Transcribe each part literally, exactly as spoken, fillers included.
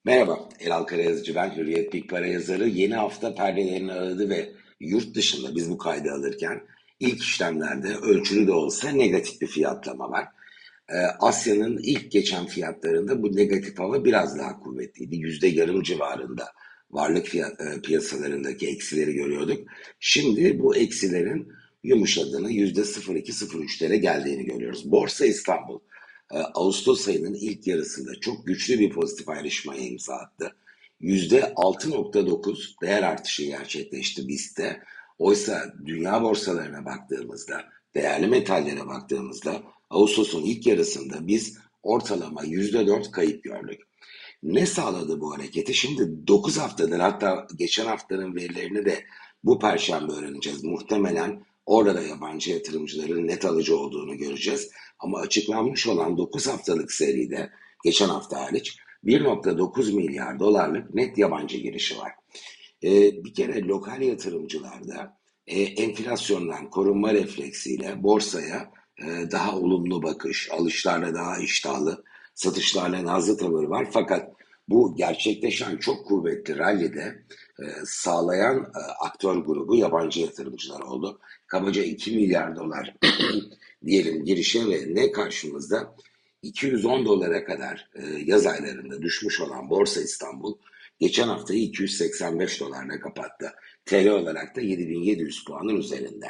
Merhaba, Elal Karayazıcı ben, Hürriyet Big Para yazarı. Yeni hafta perdelerini aradı ve yurt dışında biz bu kaydı alırken ilk işlemlerde ölçülü de olsa negatif bir fiyatlama var. Ee, Asya'nın ilk geçen fiyatlarında bu negatif hava biraz daha kuvvetliydi. Yüzde yarım civarında varlık fiyat, e, piyasalarındaki eksileri görüyorduk. Şimdi bu eksilerin yumuşadığını yüzde sıfır virgül iki sıfır üçlere geldiğini görüyoruz. Borsa İstanbul e, Ağustos ayının ilk yarısında çok güçlü bir pozitif ayrışmaya imza attı. yüzde altı virgül dokuz değer artışı gerçekleşti BIST'te. Oysa dünya borsalarına baktığımızda, değerli metallere baktığımızda Ağustos'un ilk yarısında biz ortalama yüzde dört kayıp gördük. Ne sağladı bu hareketi? Şimdi dokuz haftadır, hatta geçen haftanın verilerini de bu perşembe öğreneceğiz. Muhtemelen orada yabancı yatırımcıların net alıcı olduğunu göreceğiz. Ama açıklanmış olan dokuz haftalık seride, geçen hafta hariç, bir virgül dokuz milyar dolarlık net yabancı girişi var. Ee, bir kere lokal yatırımcılarda e, enflasyondan korunma refleksiyle borsaya e, daha olumlu bakış, alışlarla daha iştahlı, satışlarla nazlı tavır var. Fakat bu gerçekleşen çok kuvvetli rallide e, sağlayan e, aktör grubu yabancı yatırımcılar oldu. Kabaca iki milyar dolar diyelim girişe ve ne karşımızda iki yüz on dolara kadar e, yaz aylarında düşmüş olan Borsa İstanbul geçen haftayı iki yüz seksen beş dolarla kapattı. T L olarak da yedi bin yedi yüz puanın üzerinde.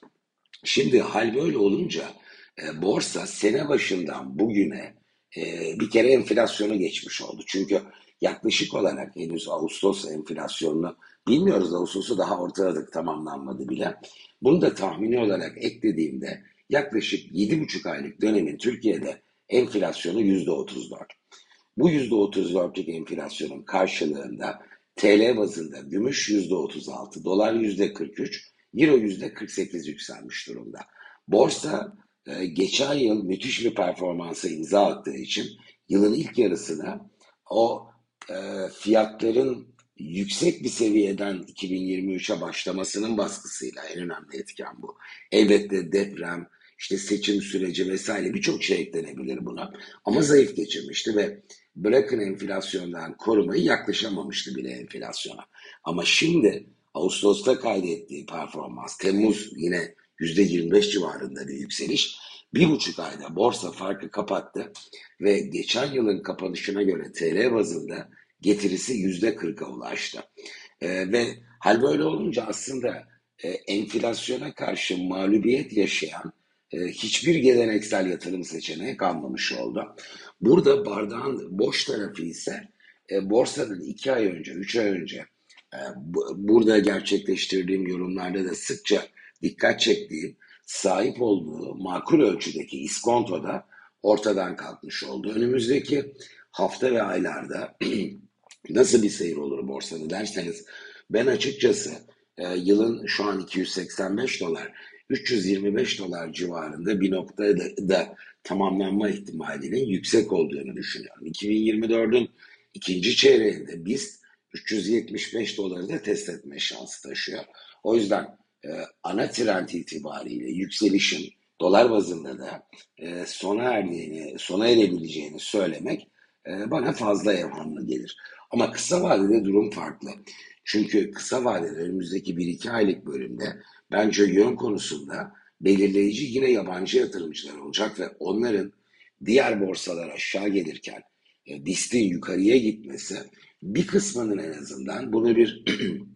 Şimdi hal böyle olunca e, borsa sene başından bugüne e, bir kere enflasyonu geçmiş oldu. Çünkü yaklaşık olarak henüz Ağustos enflasyonunu bilmiyoruz. Ağustos'u daha ortaladık, tamamlanmadı bile. Bunu da tahmini olarak eklediğimde yaklaşık yedi buçuk aylık dönemin Türkiye'de enflasyonu yüzde otuz dört. Bu yüzde otuz dörtlük enflasyonun karşılığında T L bazında gümüş yüzde otuz altı, dolar yüzde kırk üç, euro yüzde kırk sekiz yükselmiş durumda. Borsa e, geçen yıl müthiş bir performansa imza attığı için yılın ilk yarısına o e, fiyatların yüksek bir seviyeden iki bin yirmi üçe başlamasının baskısıyla en önemli etken bu. Elbette deprem, işte seçim süreci vesaire birçok şey eklenebilir buna. Ama zayıf geçirmişti ve bırakın enflasyondan korumayı, yaklaşamamıştı bile enflasyona. Ama şimdi Ağustos'ta kaydettiği performans, Temmuz yine yüzde yirmi beş civarında bir yükseliş. Bir buçuk ayda borsa farkı kapattı ve geçen yılın kapanışına göre T L bazında getirisi yüzde kırka ulaştı. Ee, ve hal böyle olunca aslında e, enflasyona karşı mağlubiyet yaşayan e, hiçbir geleneksel yatırım seçeneği kalmamış oldu. Burada bardağın boş tarafı ise e, borsanın iki ay önce, üç ay önce e, bu, burada gerçekleştirdiğim yorumlarda da sıkça dikkat çektiğim sahip olduğu makul ölçüdeki iskonto da ortadan kalkmış oldu. Önümüzdeki hafta ve aylarda nasıl bir seyir olur borsanı derseniz, ben açıkçası e, yılın şu an iki yüz seksen beş dolar, üç yüz yirmi beş dolar civarında bir noktada da, da tamamlanma ihtimalinin yüksek olduğunu düşünüyorum. iki bin yirmi dördün ikinci çeyreğinde biz üç yüz yetmiş beş doları da test etme şansı taşıyor. O yüzden e, ana trend itibariyle yükselişin dolar bazında da e, sona erdiğini, sona erebileceğini söylemek e, bana fazla evhamlı gelir. Ama kısa vadede durum farklı. Çünkü kısa vadede önümüzdeki bir iki aylık bölümde bence yön konusunda belirleyici yine yabancı yatırımcılar olacak ve onların diğer borsalar aşağı gelirken e, BIST'in yukarıya gitmesi bir kısmının en azından bunu bir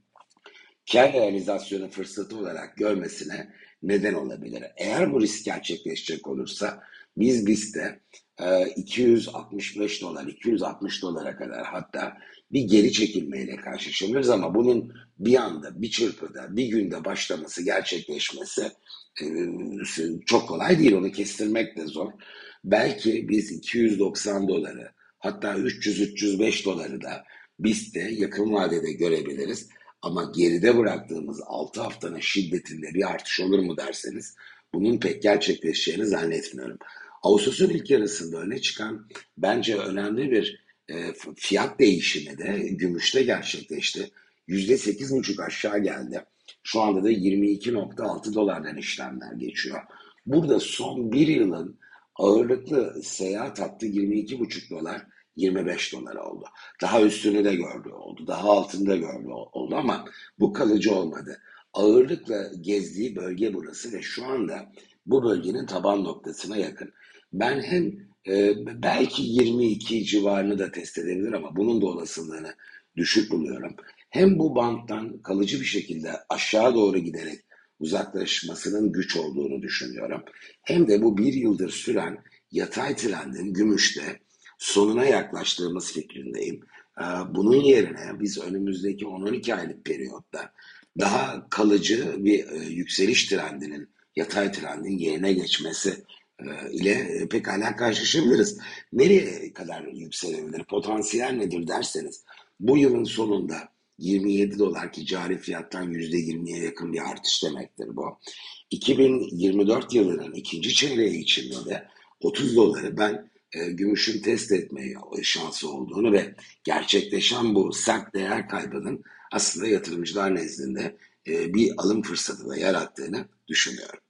kar realizasyonu fırsatı olarak görmesine neden olabilir. Eğer bu risk gerçekleşecek olursa biz BIST'te iki yüz altmış beş dolar, iki yüz altmış dolara kadar hatta bir geri çekilmeyle karşılaşabiliriz ama bunun bir anda, bir çırpıda, bir günde başlaması, gerçekleşmesi e, çok kolay değil. Onu kestirmek de zor. Belki biz iki yüz doksan doları, hatta üç yüz üç yüz beş doları da BIST'te yakın vadede görebiliriz. Ama geride bıraktığımız altı haftanın şiddetinde bir artış olur mu derseniz, bunun pek gerçekleşeceğini zannetmiyorum. Ağustos'un ilk yarısında öne çıkan bence önemli bir e, fiyat değişimi de gümüşte gerçekleşti. yüzde sekiz buçuk aşağı geldi. Şu anda da yirmi iki nokta altı dolardan işlemler geçiyor. Burada son bir yılın ağırlıklı seyahat hattı yirmi iki buçuk dolar, yirmi beş dolar oldu. Daha üstünü de gördü oldu. Daha altını da gördü oldu ama bu kalıcı olmadı. Ağırlıkla gezdiği bölge burası ve şu anda bu bölgenin taban noktasına yakın. Ben hem e, belki yirmi iki civarını da test edebilir ama bunun da olasılığını düşük buluyorum. Hem bu banttan kalıcı bir şekilde aşağı doğru giderek uzaklaşmasının güç olduğunu düşünüyorum. Hem de bu bir yıldır süren yatay trendin gümüşte sonuna yaklaştığımız fikrindeyim. Ee, Bunun yerine biz önümüzdeki on on iki aylık periyotta daha kalıcı bir e, yükseliş trendinin, yatay trendin yerine geçmesi e, ile e, pekala karşılaşabiliriz. Nereye kadar yükselebilir, potansiyel nedir derseniz, bu yılın sonunda yirmi yedi dolar ki cari fiyattan yüzde yirmiye yakın bir artış demektir bu. iki bin yirmi dört yılının ikinci çeyreği içinde de otuz doları ben e, gümüşün test etmeye şansı olduğunu ve gerçekleşen bu sert değer kaybının aslında yatırımcılar nezdinde e, bir alım fırsatı da yarattığını düşünüyorum.